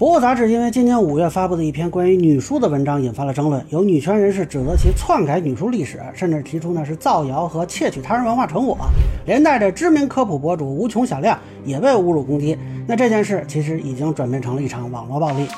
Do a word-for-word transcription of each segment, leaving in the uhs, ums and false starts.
博物杂志因为今年五月发布的一篇关于女书的文章引发了争论，有女权人士指责其篡改女书历史，甚至提出呢是造谣和窃取他人文化成果，连带着知名科普博主无穷小亮也被侮辱攻击。那这件事其实已经转变成了一场网络暴力。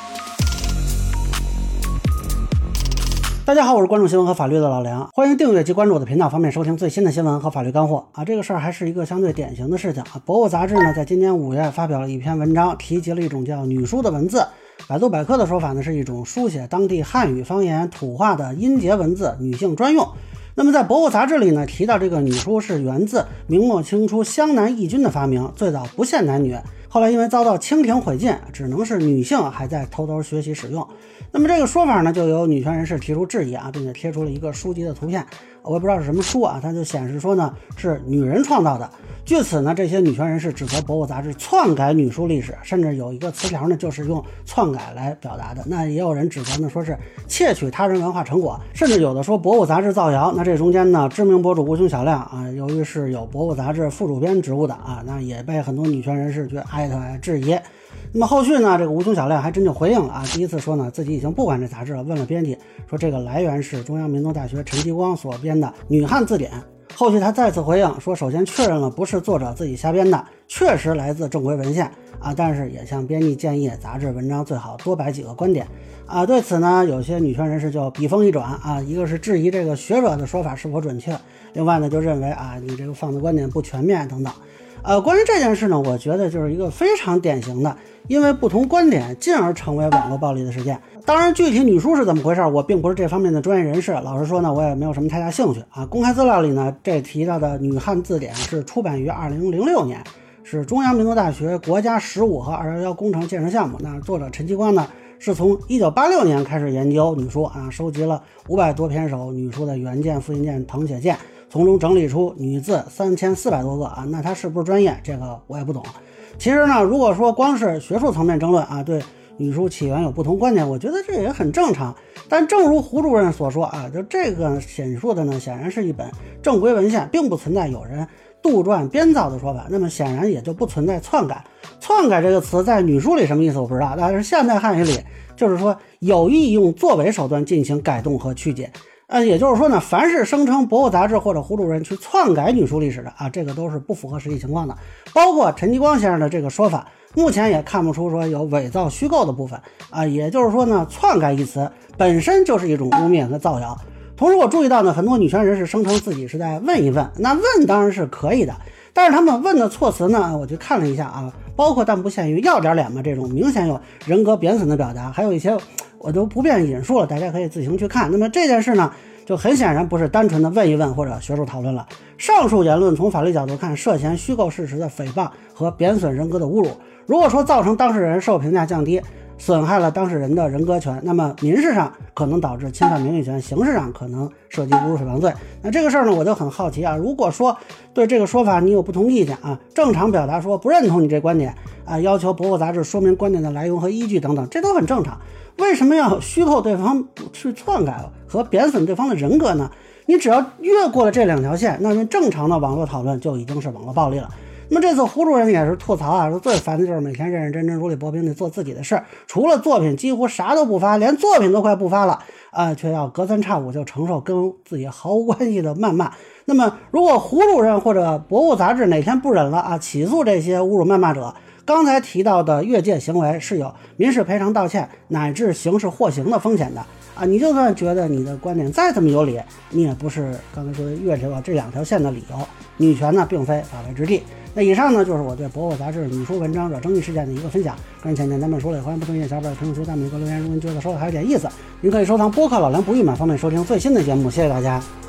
大家好，我是关注新闻和法律的老梁，欢迎订阅及关注我的频道，方便收听最新的新闻和法律干货啊。这个事儿还是一个相对典型的事情啊。博物杂志呢，在今年五月发表了一篇文章，提及了一种叫女书的文字。百度百科的说法呢，是一种书写当地汉语方言土话的音节文字，女性专用。那么在博物杂志里呢，提到这个女书是源自明末清初湘南义军的发明，最早不限男女，后来因为遭到清廷毁禁，只能是女性还在偷偷学习使用。那么这个说法呢，就有女权人士提出质疑啊，并且贴出了一个书籍的图片，我也不知道是什么书啊，它就显示说呢是女人创造的。据此呢，这些女权人士指责博物杂志篡改女书历史，甚至有一个词条呢就是用篡改来表达的。那也有人指责呢说是窃取他人文化成果，甚至有的说博物杂志造谣。那这中间呢，知名博主无穷小亮啊，由于是有博物杂志副主编职务的啊，那也被很多女权人士去艾特质疑。那么后续呢，这个无穷小亮还真就回应了啊，第一次说呢自己已经不管这杂志了，问了编辑说这个来源是中央民族大学陈其光所编的女汉字典。后续他再次回应说，首先确认了不是作者自己瞎编的，确实来自正规文献啊，但是也向编辑建议杂志文章最好多摆几个观点啊。对此呢，有些女权人士就笔锋一转啊，一个是质疑这个学者的说法是否准确，另外呢就认为啊你这个放的观点不全面等等。呃，关于这件事呢，我觉得就是一个非常典型的因为不同观点进而成为网络暴力的事件。当然具体女书是怎么回事，我并不是这方面的专业人士，老实说呢，我也没有什么太大兴趣啊。公开资料里呢，这提到的女汉字典是出版于二零零六年，是中央民族大学国家十五和二一一工程建设项目。那作者陈其光呢，是从一九八六年开始研究女书啊，收集了五百多篇首女书的原件、复印件、誊写件，从中整理出女字三千四百多个啊。那他是不是专业，这个我也不懂。其实呢，如果说光是学术层面争论啊，对女书起源有不同观点，我觉得这也很正常。但正如胡主任所说啊，就这个显述的呢，显然是一本正规文献，并不存在有人杜撰编造的说法，那么显然也就不存在篡改。篡改这个词在女书里什么意思我不知道，但是现代汉语里就是说有意用作为手段进行改动和曲解。呃，也就是说呢，凡是声称博物杂志或者胡主任去篡改女书历史的啊，这个都是不符合实际情况的。包括陈其光先生的这个说法，目前也看不出说有伪造虚构的部分啊。也就是说呢，篡改一词本身就是一种污蔑和造谣。同时我注意到呢，很多女权人士声称自己是在问一问，那问当然是可以的，但是他们问的措辞呢，我去看了一下啊，包括但不限于要点脸嘛这种明显有人格贬损的表达，还有一些我都不便引述了，大家可以自行去看。那么这件事呢，就很显然不是单纯的问一问或者学术讨论了。上述言论从法律角度看，涉嫌虚构事实的诽谤和贬损人格的侮辱。如果说造成当事人受评价降低，损害了当事人的人格权，那么民事上可能导致侵犯名誉权，刑事上可能涉及侮辱诽谤罪。那这个事儿呢，我就很好奇啊，如果说对这个说法你有不同意见啊，正常表达说不认同你这观点啊，要求博物杂志说明观点的来源和依据等等，这都很正常。为什么要虚构对方去篡改和贬损对方的人格呢？你只要越过了这两条线，那正常的网络讨论就已经是网络暴力了。那么这次胡主任也是吐槽啊，说最烦的就是每天认认真真如履薄冰地做自己的事，除了作品几乎啥都不发，连作品都快不发了啊，却要隔三差五就承受跟自己毫无关系的谩骂。那么如果胡主任或者博物杂志哪天不忍了啊，起诉这些侮辱谩骂者，刚才提到的越界行为是有民事赔偿道歉乃至刑事获刑的风险的啊！你就算觉得你的观点再这么有理，你也不是刚才说的越过这两条线的理由。女权呢，并非法外之地。那以上呢，就是我对博物杂志女书文章惹争议事件的一个分享。个人浅见咱们说了，也欢迎不同意见小伙伴评论区弹幕给我留言。如果您觉得说的还有点意思，您可以收藏播客老梁不郁闷，方便收听最新的节目。谢谢大家。